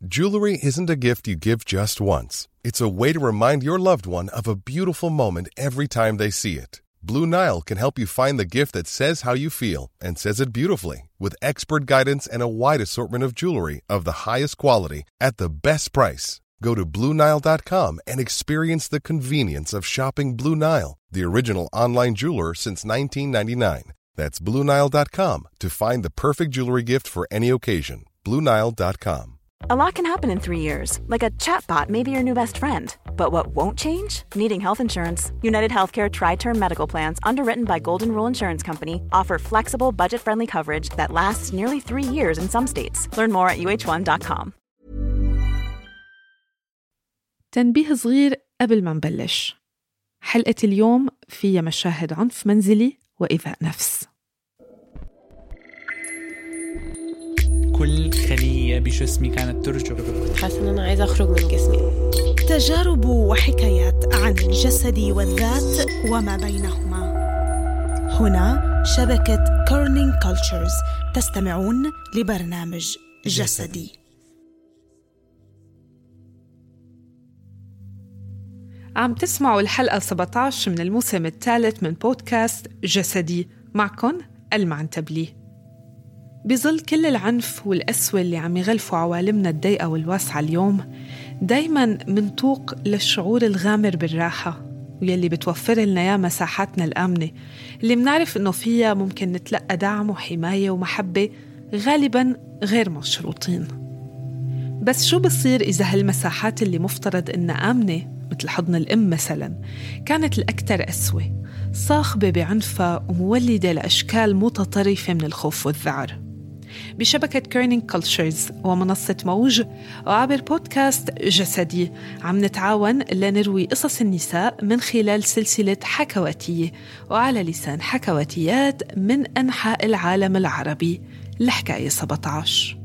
Jewelry isn't a gift you give just once. It's a way to remind your loved one of a beautiful moment every time they see it. Blue Nile can help you find the gift that says how you feel and says it beautifully, with expert guidance and a wide assortment of jewelry of the highest quality at the best price. Go to BlueNile.com and experience the convenience of shopping Blue Nile, the original online jeweler since 1999. That's BlueNile.com to find the perfect jewelry gift for any occasion. BlueNile.com. A lot can happen in 3 years, like a chatbot may be your new best friend. But what won't change? Needing health insurance. United Healthcare Tri-Term Medical Plans, underwritten by Golden Rule Insurance Company, offer flexible, budget-friendly coverage that lasts nearly 3 years in some states. Learn more at uh1.com. تنبيه صغير قبل ما نبلش. حلقة اليوم فيها مشاهد عنف منزلي وإيذاء نفس. كل خلية بجسمي كانت ترجف. حاسة أن أنا عايزة أخرج من جسمي. تجارب وحكايات عن الجسد والذات وما بينهما. هنا شبكة كورنينج كولتشرز. تستمعون لبرنامج جسدي. عم تسمعوا الحلقة 17 من الموسم الثالث من بودكاست جسدي، معكن المعنتبلي. بظل كل العنف والقسوة اللي عم يغلفوا عوالمنا الضيقة والواسعة اليوم، دايماً منطوق للشعور الغامر بالراحة واللي بتوفر لنا يا مساحاتنا الآمنة اللي منعرف إنه فيها ممكن نتلقى دعم وحماية ومحبة غالباً غير مشروطين. بس شو بصير إذا هالمساحات اللي مفترض إنها آمنة مثل حضن الأم مثلاً كانت الأكثر قسوة، صاخبة بعنفها ومولدة لأشكال متطرفة من الخوف والذعر؟ بشبكة كورنينج كولتشرز ومنصة موج وعبر بودكاست جسدي عم نتعاون لنروي قصص النساء من خلال سلسلة حكواتية وعلى لسان حكواتيات من أنحاء العالم العربي. الحكاية 17.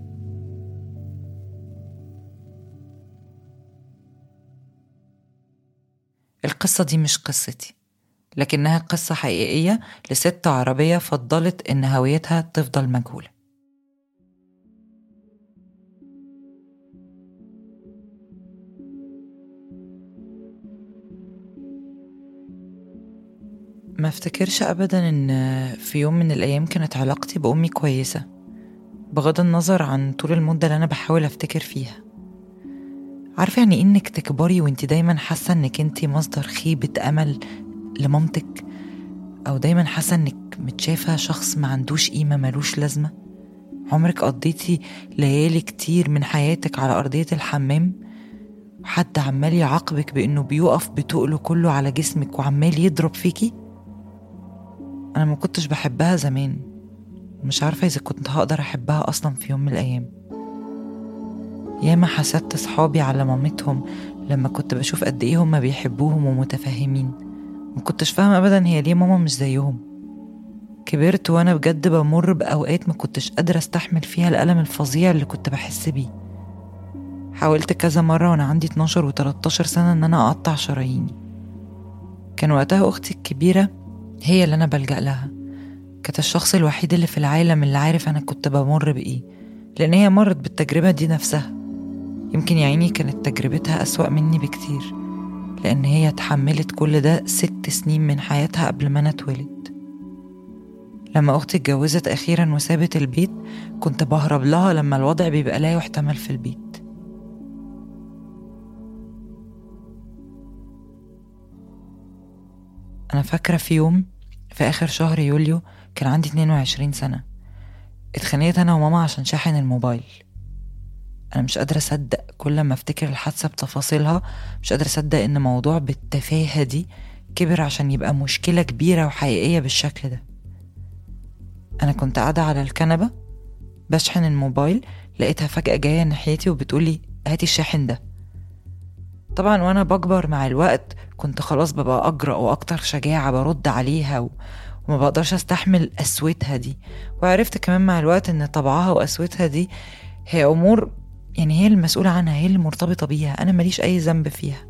القصة دي مش قصتي، لكنها قصة حقيقية لست عربية فضلت إن هويتها تفضل مجهولة. ما افتكرش أبداً إن في يوم من الأيام كانت علاقتي بأمي كويسة، بغض النظر عن طول المدة اللي أنا بحاول أفتكر فيها. عارفة يعني إنك تكبري وإنتي دايماً حاسة إنك إنتي مصدر خيبة أمل لمامتك، أو دايماً حاسة إنك متشافة شخص ما عندوش قيمة ملوش لازمة؟ عمرك قضيتي ليالي كتير من حياتك على أرضية الحمام وحد عمال يعاقبك بإنه بيوقف بتقله كله على جسمك وعمال يضرب فيكي؟ أنا ما كنتش بحبها زمان، مش عارفة إذا كنت هقدر أحبها أصلا في يوم من الأيام. ياما حسدت صحابي على مامتهم لما كنت بشوف قد إيه هما بيحبوهم ومتفاهمين، ما كنتش فاهمة أبدا هي ليه ماما مش زيهم. كبرت وأنا بجد بمر بأوقات ما كنتش قادرة استحمل فيها الألم الفظيع اللي كنت بحس بيه. حاولت كذا مرة وأنا عندي 12 و13 سنة إن أنا أقطع شراييني. كان وقتها أختي الكبيرة هي اللي أنا بلجأ لها، كانت الشخص الوحيد اللي في العالم اللي عارف أنا كنت بمر بإيه، لأن هي مرت بالتجربة دي نفسها. يمكن يعيني كانت تجربتها أسوأ مني بكتير، لأن هي تحملت كل ده 6 سنين من حياتها قبل ما أنا اتولد. لما أختي اتجوزت أخيرا وسابت البيت كنت بهرب لها لما الوضع بيبقى لا يحتمل في البيت. أنا فاكرة في يوم في آخر شهر يوليو كان عندي 22 سنة، اتخانقت أنا وماما عشان شاحن الموبايل. أنا مش قادرة أصدق، كل ما أفتكر الحادثة بتفاصيلها مش قادرة أصدق إن موضوع بالتفاهة دي كبر عشان يبقى مشكلة كبيرة وحقيقية بالشكل ده. أنا كنت قاعدة على الكنبة بشحن الموبايل، لقيتها فجأة جاية ناحيتي وبتقولي هاتي الشاحن ده. طبعا وأنا بكبر مع الوقت كنت خلاص ببقى أجرأ وأكتر شجاعة برد عليها وما بقدرش أستحمل قسوتها دي. وعرفت كمان مع الوقت إن طبعها وقسوتها دي هي أمور يعني هي المسؤولة عنها، هي اللي مرتبطة بيها، أنا ماليش أي ذنب فيها.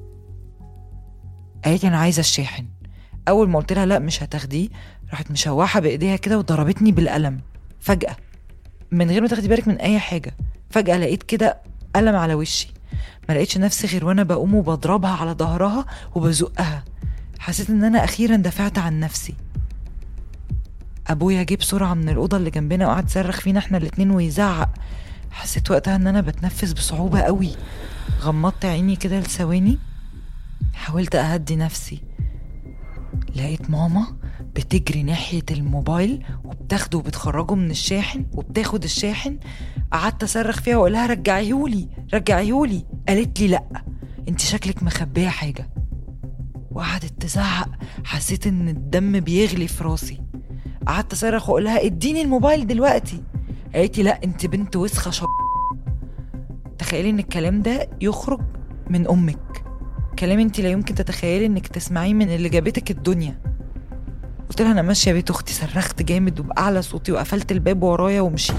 قالت أنا عايزة الشاحن. أول ما قلت لها لا مش هتاخديه راحت مشوحة بإيديها كده وضربتني بالقلم فجأة من غير ما تاخدي بالك من أي حاجة. فجأة لقيت كده قلم على وشي. ما لقيتش نفسي غير وانا بقوم وبضربها على ظهرها وبزقها. حسيت ان انا اخيرا دفعت عن نفسي. ابويا جه بسرعه من الاوضه اللي جنبنا وقعد يصرخ فينا احنا الاتنين ويزعق. حسيت وقتها ان انا بتنفس بصعوبه قوي. غمضت عيني كده لثواني، حاولت اهدي نفسي. لقيت ماما بتجري ناحيه الموبايل وبتاخده وبتخرجه من الشاحن وبتاخد الشاحن. قعدت اصرخ فيها واقولها رجعيهولي رجعيهولي. قالت لي لا، انت شكلك مخبيه حاجه. وقعدت تزعق. حسيت ان الدم بيغلي في راسي. قعدت اصرخ واقولها اديني الموبايل دلوقتي. قالت لي لا، انت بنت وسخه تخيلي ان الكلام ده يخرج من امك، كلام انت لا يمكن تتخيلي انك تسمعيه من اللي جابتك الدنيا. قلت لها انا ماشيه بيت اختي. صرخت جامد وباعلى صوتي وقفلت الباب ورايا ومشيت.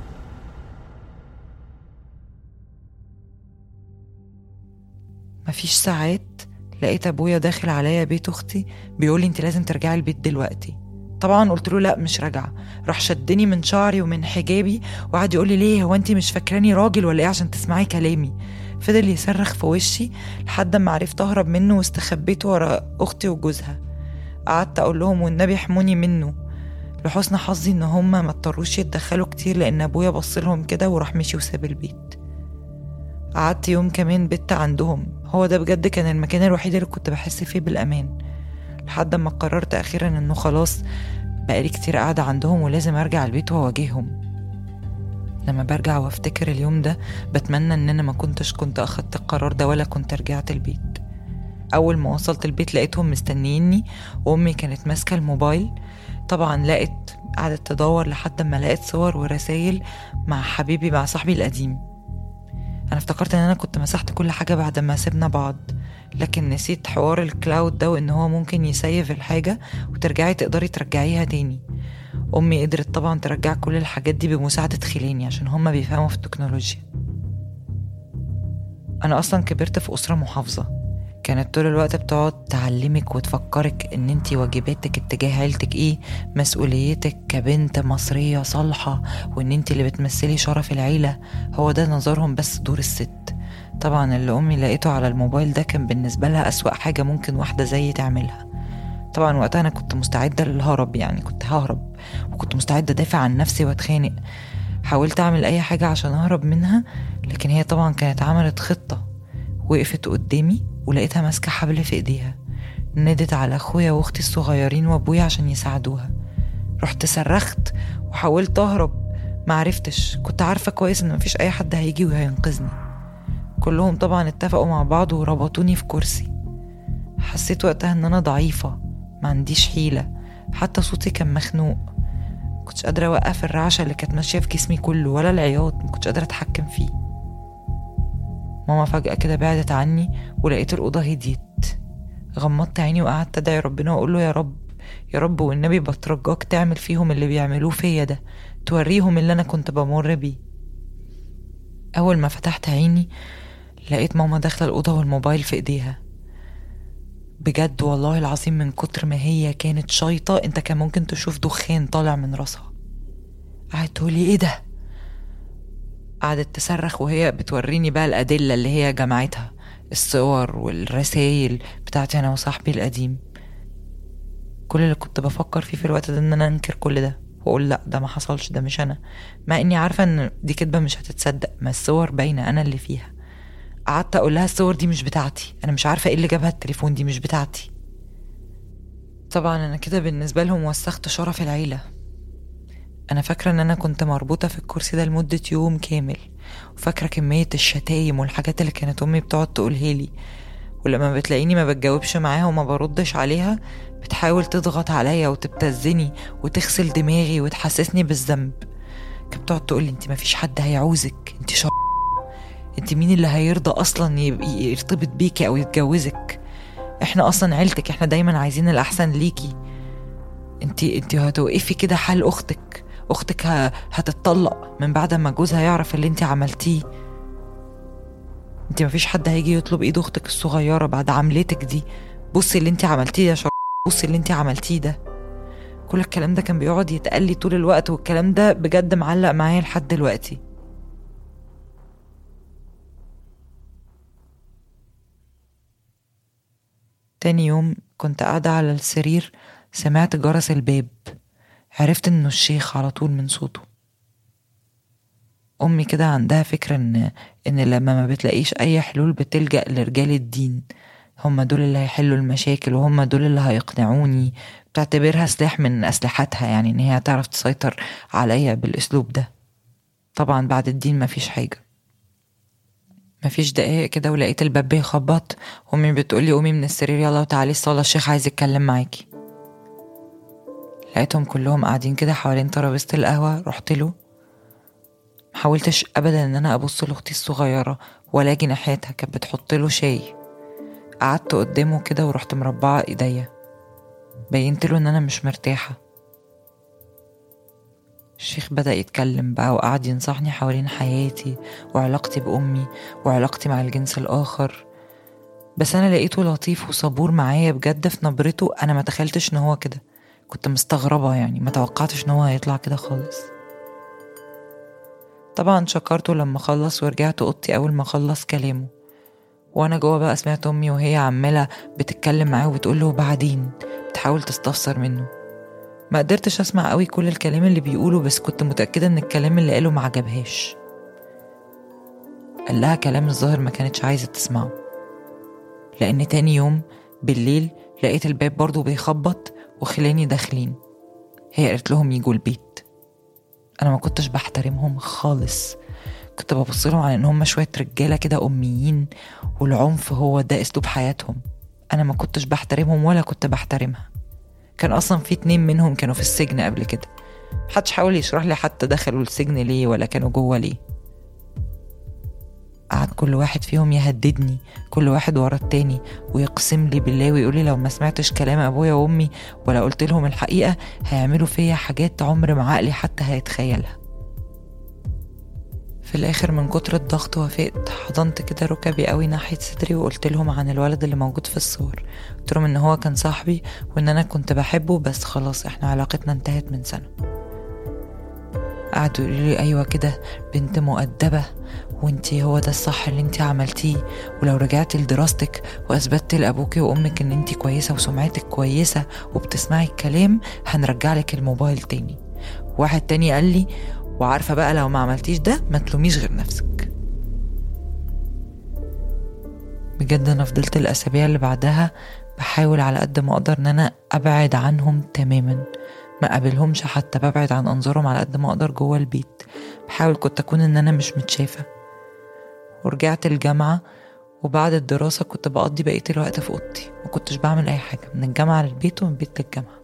مفيش ساعات لقيت ابويا داخل عليا بيت اختي بيقولي انت لازم ترجعي البيت دلوقتي. طبعا قلت له لا مش راجعه. راح شدني من شعري ومن حجابي وقعد يقول لي ليه، هو انت مش فاكراني راجل ولا ايه عشان تسمعي كلامي؟ فضل يصرخ في وشي لحد ما عرفت اهرب منه واستخبيت ورا اختي وجوزها. قعدت اقول لهم والنبي احموني منه. لحسن حظي ان هم ما اضطروش يتدخلوا كتير لان ابويا بص لهم كده وراح مشي وساب البيت. قعدت يوم كمان بت عندهم. هو ده بجد كان المكان الوحيد اللي كنت بحس فيه بالامان، لحد ما قررت اخيرا انه خلاص بقالي كتير قاعده عندهم ولازم ارجع البيت واواجههم. لما برجع وافتكر اليوم ده بتمنى ان انا ما كنت اخدت القرار ده ولا كنت رجعت البيت. اول ما وصلت البيت لقيتهم مستنييني وامي كانت ماسكه الموبايل. طبعا قعدت تدور لحد ما لقيت صور ورسائل مع حبيبي مع صاحبي القديم. انا افتكرت ان انا كنت مسحت كل حاجه بعد ما سيبنا بعض، لكن نسيت حوار الكلاود ده وان هو ممكن يسيف الحاجه وترجعي تقدري ترجعيها تاني. امي قدرت طبعا ترجع كل الحاجات دي بمساعده خلاني عشان هما بيفهموا في التكنولوجيا. انا اصلا كبرت في اسره محافظه، كانت طول الوقت بتقعد تعلمك وتفكرك ان انتي واجباتك اتجاه عيلتك ايه، مسؤوليتك كبنت مصرية صالحة، وان انتي اللي بتمثلي شرف العيلة. هو ده نظرهم بس دور الست. طبعا اللي امي لقيته على الموبايل ده كان بالنسبة لها اسوأ حاجة ممكن واحدة زي تعملها. طبعا وقتها انا كنت مستعدة للهرب، يعني كنت ههرب وكنت مستعدة ادافع عن نفسي واتخانق. حاولت اعمل اي حاجة عشان اهرب منها، لكن هي طبعا كانت عملت خطة. وقفت قدامي ولقيتها ماسكة حبل في ايديها. نادت على اخويا واختي الصغيرين وابويا عشان يساعدوها. رحت صرخت وحاولت اهرب، معرفتش. كنت عارفة كويس ان مفيش اي حد هيجي وهينقذني. كلهم طبعا اتفقوا مع بعض وربطوني في كرسي. حسيت وقتها ان انا ضعيفة، ما عنديش حيلة، حتى صوتي كان مخنوق. كنتش قادرة اوقف الرعشة اللي كانت ماشية في جسمي كله ولا العياط، ما كنتش قادرة اتحكم فيه. ماما فجأة كده بعدت عني ولقيت الأوضة هديت. غمضت عيني وقعدت أدعي ربنا وأقول له يا رب يا رب والنبي بترجاك تعمل فيهم اللي بيعملوه فيا ده، توريهم اللي أنا كنت بمر بيه. أول ما فتحت عيني لقيت ماما داخلة الأوضة والموبايل في إيديها. بجد والله العظيم من كتر ما هي كانت شايطة انت كان ممكن تشوف دخان طالع من راسها. قعدت تقولي ايه ده؟ قعدت تصرخ وهي بتوريني بقى الأدلة اللي هي جمعتها، الصور والرسائل بتاعتي أنا وصاحبي القديم. كل اللي كنت بفكر فيه في الوقت ده ان انا انكر كل ده واقول لا ده ما حصلش، ده مش انا، مع اني عارفة ان دي كدبة مش هتتصدق، ما الصور باينة انا اللي فيها. قعدت اقول لها الصور دي مش بتاعتي، انا مش عارفة ايه اللي جابها التليفون، دي مش بتاعتي. طبعا انا كده بالنسبة لهم وسخت شرف العيلة. انا فاكرة ان انا كنت مربوطة في الكرسي ده لمدة يوم كامل، وفاكرة كمية الشتايم والحاجات اللي كانت امي بتقعد تقولها لي، ولما بتلاقيني ما بتجاوبش معاها وما بردش عليها بتحاول تضغط عليا وتبتزني وتغسل دماغي وتحسسني بالذنب. كانت بتقعد تقولي انت ما فيش حد هيعوزك، انت انت مين اللي هيرضى اصلا يرتبط بيكي او يتجوزك؟ احنا اصلا عيلتك، احنا دايما عايزين الاحسن ليكي. انت هتوقفي كده حال اختك هتتطلق من بعد ما جوزها يعرف اللي انت عملتيه. انت مفيش حد هيجي يطلب ايد اختك الصغيرة بعد عملتك دي. بصي اللي انت عملتيه يا بصي اللي انت عملتيه ده. كل الكلام ده كان بيقعد يتقال لي طول الوقت، والكلام ده بجد معلق معايا لحد دلوقتي. تاني يوم كنت قاعدة على السرير، سمعت جرس الباب، عرفت انه الشيخ على طول من صوته. امي كده عندها فكرة ان لما ما بتلاقيش اي حلول بتلجأ لرجال الدين، هم دول اللي هيحلوا المشاكل وهم دول اللي هيقنعوني. بتعتبرها سلاح من اسلحتها، يعني ان هي تعرف تسيطر عليا بالاسلوب ده. طبعا بعد الدين مفيش حاجة. مفيش دقايق كده ولقيت الباب بيخبط، امي بتقولي قومي من السرير يلا وتعالي الصالة، الشيخ عايز يتكلم معاكي. لقيتهم كلهم قاعدين كده حوالين ترابيزة القهوة. رحت له، محاولتش ابدا ان انا ابص لاختي الصغيرة ولا اجي ناحيتها، كانت بتحط له شاي. قعدت قدامه كده ورحت مربعة ايديا، بينت له ان انا مش مرتاحة. الشيخ بدأ يتكلم بقى وقعد ينصحني حوالين حياتي وعلاقتي بأمي وعلاقتي مع الجنس الآخر. بس أنا لقيته لطيف وصبور معايا بجد في نبرته. أنا ما تخيلتش إن هو كده، كنت مستغربة، يعني ما توقعتش إن هو هيطلع كده خالص. طبعا شكرته لما خلص ورجعت أوضتي. أول ما خلص كلامه وأنا جوا بقى سمعت أمي وهي عمالة بتتكلم معاه وبتقول له وبعدين، بتحاول تستفسر منه. ما قدرتش أسمع قوي كل الكلام اللي بيقوله، بس كنت متأكدة إن الكلام اللي قاله ما عجبهاش. قال لها كلام الظاهر ما كانتش عايزة تسمعه، لأن تاني يوم بالليل لقيت الباب برضو بيخبط وخلاني داخلين. هي قالت لهم يجوا البيت. أنا ما كنتش بحترمهم خالص، كنت ببص لهم على إن هم شوية رجالة كده أميين والعنف هو ده أسلوب حياتهم. أنا ما كنتش بحترمهم ولا كنت بحترمها. كان أصلا في 2 منهم كانوا في السجن قبل كده، محدش حاول يشرح لي حتى دخلوا السجن ليه ولا كانوا جوه ليه. قعد كل واحد فيهم يهددني، كل واحد ورا التاني، ويقسم لي بالله ويقولي لو ما سمعتش كلام أبويا وأمي ولا قلت لهم الحقيقة هيعملوا فيا حاجات عمر ما عقلي حتى هيتخيلها. في الآخر من كتر الضغط وافقت، حضنت كده ركبي قوي ناحية صدري وقلت لهم عن الولد اللي موجود في الصور. قلت لهم إن هو كان صاحبي وإن أنا كنت بحبه، بس خلاص إحنا علاقتنا انتهت من سنة. قعدوا يقولوا لي أيوة كده بنت مؤدبة، وانتي هو ده الصح اللي انتي عملتيه، ولو رجعتي لدراستك وأثبتت لأبوكي وأمك إن انتي كويسة وسمعتك كويسة وبتسمعي الكلام هنرجعلك الموبايل تاني. واحد تاني قال لي وعارفة بقى لو ما عملتيش ده ما تلوميش غير نفسك. بجد أنا فضلت الأسابيع اللي بعدها بحاول على قد ما أقدر إن أنا أبعد عنهم تماما، ما قابلهمش حتى، ببعد عن أنظارهم على قد ما أقدر جوه البيت. بحاول كنت أكون إن أنا مش متشافة. ورجعت الجامعة، وبعد الدراسة كنت بقضي بقية الوقت في أوضتي، ما كنتش بعمل أي حاجة، من الجامعة للبيت ومن البيت للجامعة.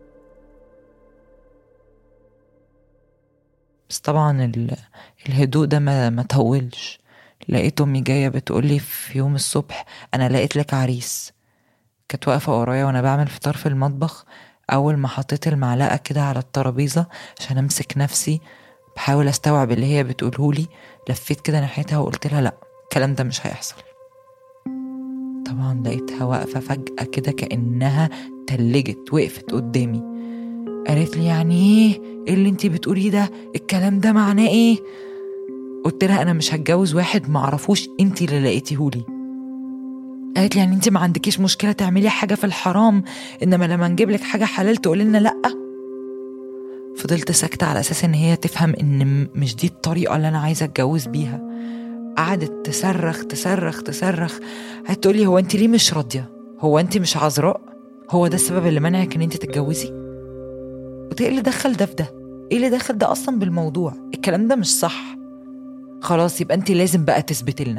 بس طبعا الهدوء ده ما طولش. لقيت أمي جاية بتقولي في يوم الصبح أنا لقيت لك عريس. كانت واقفة ورايا وأنا بعمل فطار في المطبخ. أول ما حطيت المعلقة كده على الترابيزة عشان أمسك نفسي بحاول أستوعب اللي هي بتقولهولي، لفيت كده ناحيتها وقلت لها لأ، الكلام ده مش هيحصل. طبعا لقيتها واقفة فجأة كده كأنها تلجت، وقفت قدامي. قالت لي يعني ايه اللي انتي بتقوليه ده؟ الكلام ده معناه ايه؟ قلت لها انا مش هتجوز واحد معرفوش، انتي اللي لقيتيهولي. قالت لي يعني انتي ما عندكيش مشكلة تعملي حاجة في الحرام، انما لما نجيب لك حاجة حلال تقولي لنا لأ؟ فضلت ساكتة على اساس ان هي تفهم ان مش دي الطريقة اللي انا عايزة اتجوز بيها. قعدت تصرخ تصرخ تصرخ، هتقولي هو انتي ليه مش راضية؟ هو انتي مش عذراء؟ هو ده السبب اللي منعك ان انتي تتجوزي؟ قلت ايه اللي دخل ده في ده؟ ايه اللي دخل ده اصلا بالموضوع؟ الكلام ده مش صح. خلاص يبقى انتي لازم بقى تثبت لنا.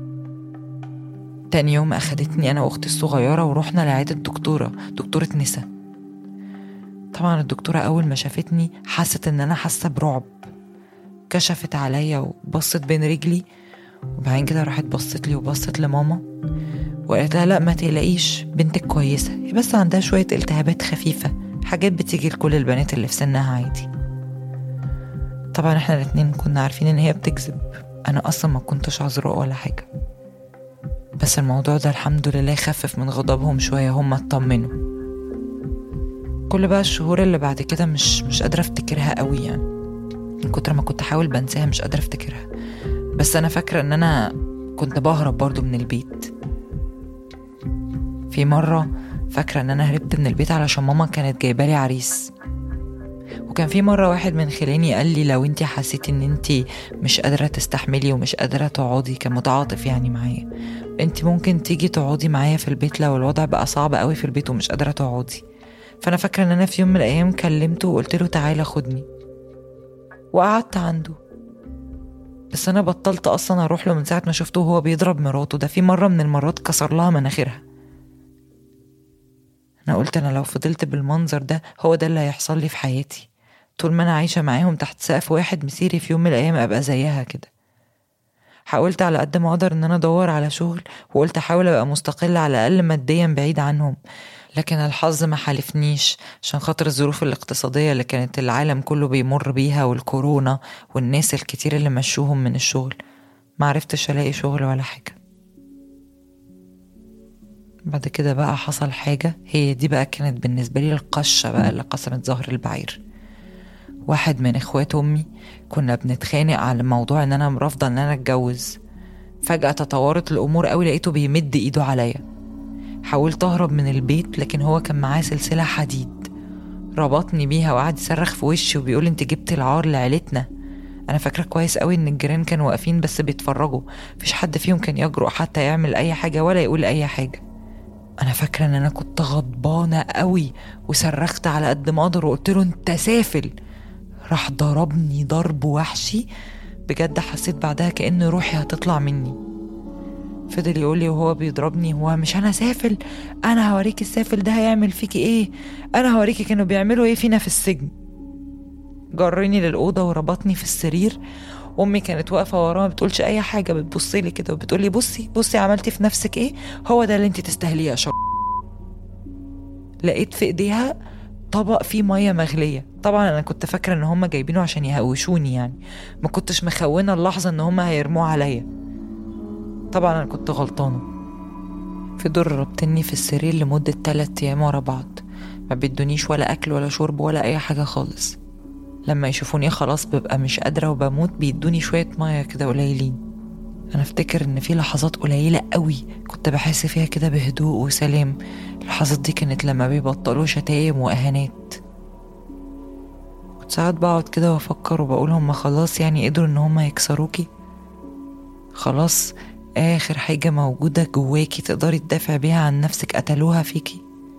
تاني يوم اخدتني انا واختي الصغيرة ورحنا لعيادة دكتورة نسا. طبعا الدكتورة اول ما شافتني حست ان انا حاسة برعب، كشفت عليا وبصت بين رجلي، وبعدين كده راحت بصت لي وبصت لماما وقالت لها لا ما تقلقيش بنتك كويسة، هي بس عندها شوية التهابات خفيفة، حاجات بتيجي لكل البنات اللي في سنها عادي. طبعا احنا الاتنين كنا عارفين ان هي بتكذب، انا اصلا ما كنتش عذراء ولا حاجة. بس الموضوع ده الحمد لله خفف من غضبهم شوية، هم اطمنوا. كل بقى الشهور اللي بعد كده مش قادرة افتكرها قوي، يعني من كتر ما كنت احاول بنساها مش قادرة افتكرها. بس انا فاكرة ان انا كنت بهرب برضو من البيت. في مرة فاكرة ان انا هربت من البيت علشان ماما كانت جايبالي عريس. وكان في مرة واحد من خلاني قال لي لو انتي حسيتي ان انتي مش قادرة تستحملي ومش قادرة تقعدي، كان متعاطف يعني معايا، انتي ممكن تيجي تقعدي معايا في البيت لو الوضع بقى صعب قوي في البيت ومش قادرة تقعدي. فانا فاكرة ان انا في يوم من الايام كلمته وقلت له تعالى خدني، وقعدت عنده. بس انا بطلت اصلا اروح له من ساعة ما شفته وهو بيضرب مراته. ده في مرة من المرات كسر لها مناخيرها. انا قلت انا لو فضلت بالمنظر ده هو ده اللي هيحصل لي في حياتي، طول ما انا عايشة معاهم تحت سقف واحد، مسيري في يوم من الايام ابقى زيها كده. حاولت على قد ما اقدر ان انا ادور على شغل، وقلت احاول ابقى مستقلة على الاقل ماديا بعيد عنهم، لكن الحظ ما حالفنيش عشان خاطر الظروف الاقتصادية اللي كانت العالم كله بيمر بيها والكورونا والناس الكتير اللي مشوهم من الشغل. ما عرفتش الاقي شغل ولا حاجة. بعد كده بقى حصل حاجة، هي دي بقى كانت بالنسبة لي القشة بقى اللي قسمت ظهر البعير. واحد من اخوات امي كنا بنتخانق على موضوع ان انا رافضة ان انا اتجوز. فجأة تطورت الامور قوي، لقيته بيمد ايده عليا. حاولت اهرب من البيت، لكن هو كان معاه سلسلة حديد ربطني بيها وقعد يصرخ في وشي وبيقول انت جبت العار لعيلتنا. انا فاكرة كويس قوي ان الجيران كانوا واقفين بس بيتفرجوا، مفيش حد فيهم كان يجرؤ حتى يعمل اي حاجة ولا يقول اي حاجة. انا فاكرة ان انا كنت غضبانة قوي وصرخت على قد ما اقدر وقلت له انت سافل. راح ضربني ضرب وحشي بجد، حسيت بعدها كأن روحي هتطلع مني. فضل يقولي وهو بيضربني هو مش انا سافل، انا هوريك السافل ده هيعمل فيكي ايه، انا هوريكي كانوا بيعملوا ايه فينا في السجن. جرني للأوضة وربطني في السرير. امي كانت واقفة وراه ما بتقولش اي حاجة، بتبصيلي كده وبتقولي بصي عملتي في نفسك ايه، هو ده اللي انت تستاهليه يا شر. لقيت في ايديها طبق فيه مية مغلية. طبعا انا كنت فاكرة ان هم جايبينه عشان يهوشوني، يعني ما كنتش مخونة اللحظة ان هم هيرموه عليا. طبعا انا كنت غلطانة. في دور ربطني في السرير لمدة 3 أيام ورا بعض، ما بيدونيش ولا اكل ولا شرب ولا اي حاجة خالص. لما يشوفوني خلاص ببقى مش قادرة وبموت بيدوني شوية مية كده قليلين. انا افتكر ان في لحظات قليلة قوي كنت بحس فيها كده بهدوء وسلام. اللحظات دي كانت لما بيبطلوا شتايم واهانات. كنت ساعات بقعد كده وافكر وبقول هم خلاص يعني قدروا ان هم يكسروكي، خلاص اخر حاجة موجودة جواكي تقدري تدافع بيها عن نفسك قتلوها فيكي.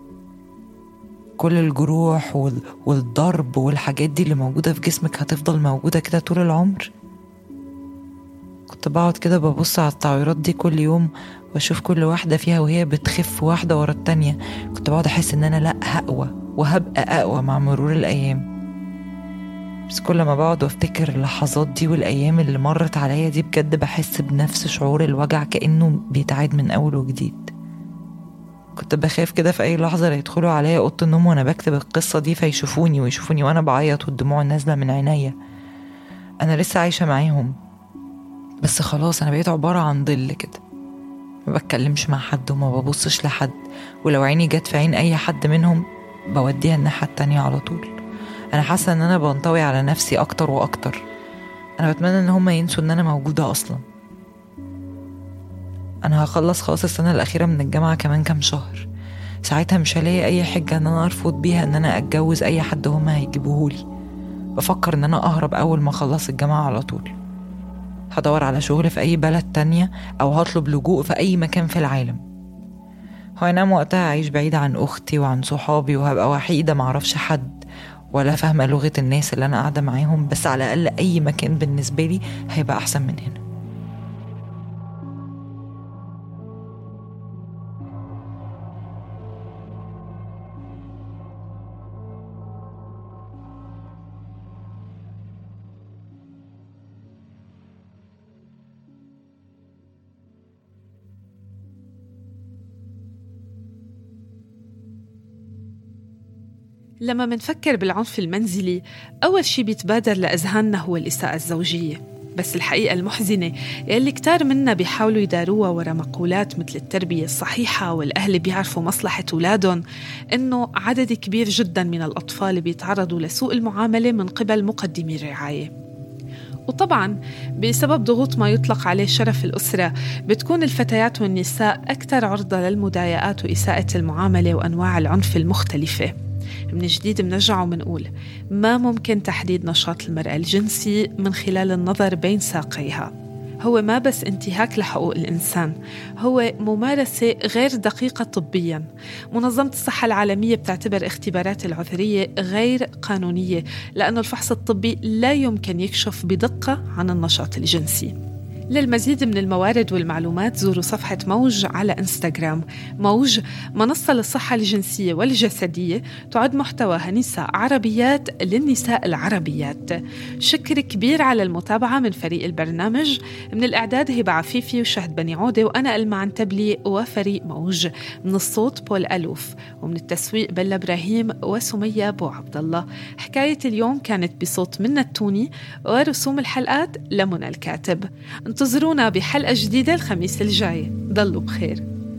كل الجروح والضرب والحاجات دي اللي موجودة في جسمك هتفضل موجودة كده طول العمر. كنت بقعد كده ببص على التعويرات دي كل يوم واشوف كل واحدة فيها وهي بتخف واحدة ورا التانية. كنت بقعد احس ان انا لا هقوى وهبقى اقوى مع مرور الايام. بس كل ما بقعد وافتكر اللحظات دي والايام اللي مرت عليا دي بجد بحس بنفس شعور الوجع كأنه بيتعاد من اول وجديد. كنت بخاف كده في اي لحظة يدخلوا عليا اوضه النوم وانا بكتب القصة دي فيشوفوني ويشوفوني وانا بعيط والدموع نازلة من عينيا. انا لسه عايشة معاهم بس خلاص انا بقيت عبارة عن ظل كده، ما بتكلمش مع حد وما ببصش لحد، ولو عيني جت في عين اي حد منهم بوديها الناحية التانية على طول. انا حاسة ان انا بنطوي على نفسي اكتر واكتر. انا بتمنى ان هم ينسوا ان انا موجودة اصلا. انا هخلص خلاص السنة الاخيرة من الجامعة كمان كام شهر، ساعتها مش هلاقي اي حجة ان انا ارفض بيها ان انا اتجوز اي حد هم هيجيبوهولي. بفكر ان انا اهرب اول ما اخلص الجامعة على طول. هدور على شغل في اي بلد تانية او هطلب لجوء في اي مكان في العالم. هو انام وقتها اعيش بعيدة عن اختي وعن صحابي وهبقى وحيدة معرفش حد ولا فاهمة لغة الناس اللي انا قاعدة معاهم، بس على الاقل اي مكان بالنسبة لي هيبقى احسن من هنا. لما منفكر بالعنف المنزلي أول شي بيتبادر لأذهاننا هو الإساءة الزوجية، بس الحقيقة المحزنة يلي كتار منا بيحاولوا يداروها ورا مقولات مثل التربية الصحيحة والأهل بيعرفوا مصلحة أولادهم، إنه عدد كبير جدا من الأطفال بيتعرضوا لسوء المعاملة من قبل مقدمي الرعاية. وطبعاً بسبب ضغوط ما يطلق عليه شرف الأسرة بتكون الفتيات والنساء أكثر عرضة للمضايقات وإساءة المعاملة وأنواع العنف المختلفة. من جديد منرجع ومنقول ما ممكن تحديد نشاط المرأة الجنسي من خلال النظر بين ساقيها. هو ما بس انتهاك لحقوق الإنسان، هو ممارسة غير دقيقة طبياً. منظمة الصحة العالمية بتعتبر اختبارات العذرية غير قانونية لأن الفحص الطبي لا يمكن يكشف بدقة عن النشاط الجنسي. للمزيد من الموارد والمعلومات زوروا صفحة موج على إنستغرام. موج منصة للصحة الجنسية والجسدية تعد محتواها نساء عربيات للنساء العربيات. شكر كبير على المتابعة من فريق البرنامج، من الإعداد هبة عفيفي وشهد بني عودة وأنا ألمع عنتبلي وفريق موج، من الصوت بول ألوف، ومن التسويق بلا إبراهيم وسمية أبو عبد الله. حكاية اليوم كانت بصوت منى التوني ورسوم الحلقات لمنى الكاتب. انتظرونا بحلقة جديدة الخميس الجاي. ضلوا بخير.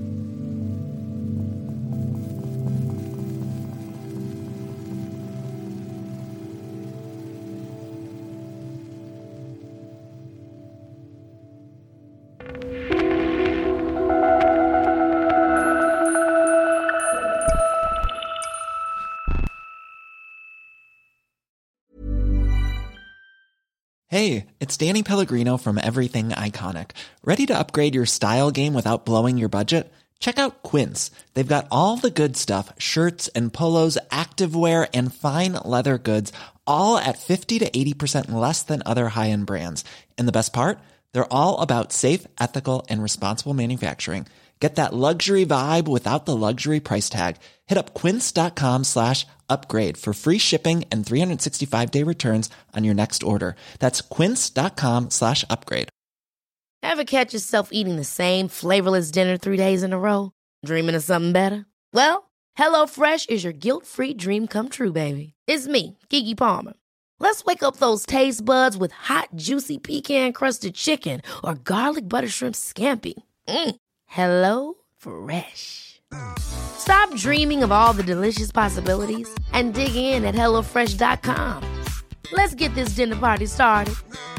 Hey, it's Danny Pellegrino from Everything Iconic. Ready to upgrade your style game without blowing your budget? Check out Quince. They've got all the good stuff, shirts and polos, activewear, and fine leather goods, all at 50 to 80% less than other high-end brands. And the best part? They're all about safe, ethical, and responsible manufacturing. Get that luxury vibe without the luxury price tag. Hit up quince.com/upgrade for free shipping and 365-day returns on your next order. That's quince.com/upgrade. Ever catch yourself eating the same flavorless dinner 3 days in a row? Dreaming of something better? Well, HelloFresh is your guilt-free dream come true, baby. It's me, Keke Palmer. Let's wake up those taste buds with hot, juicy pecan-crusted chicken or garlic butter shrimp scampi. HelloFresh. Stop dreaming of all the delicious possibilities and dig in at HelloFresh.com. Let's get this dinner party started.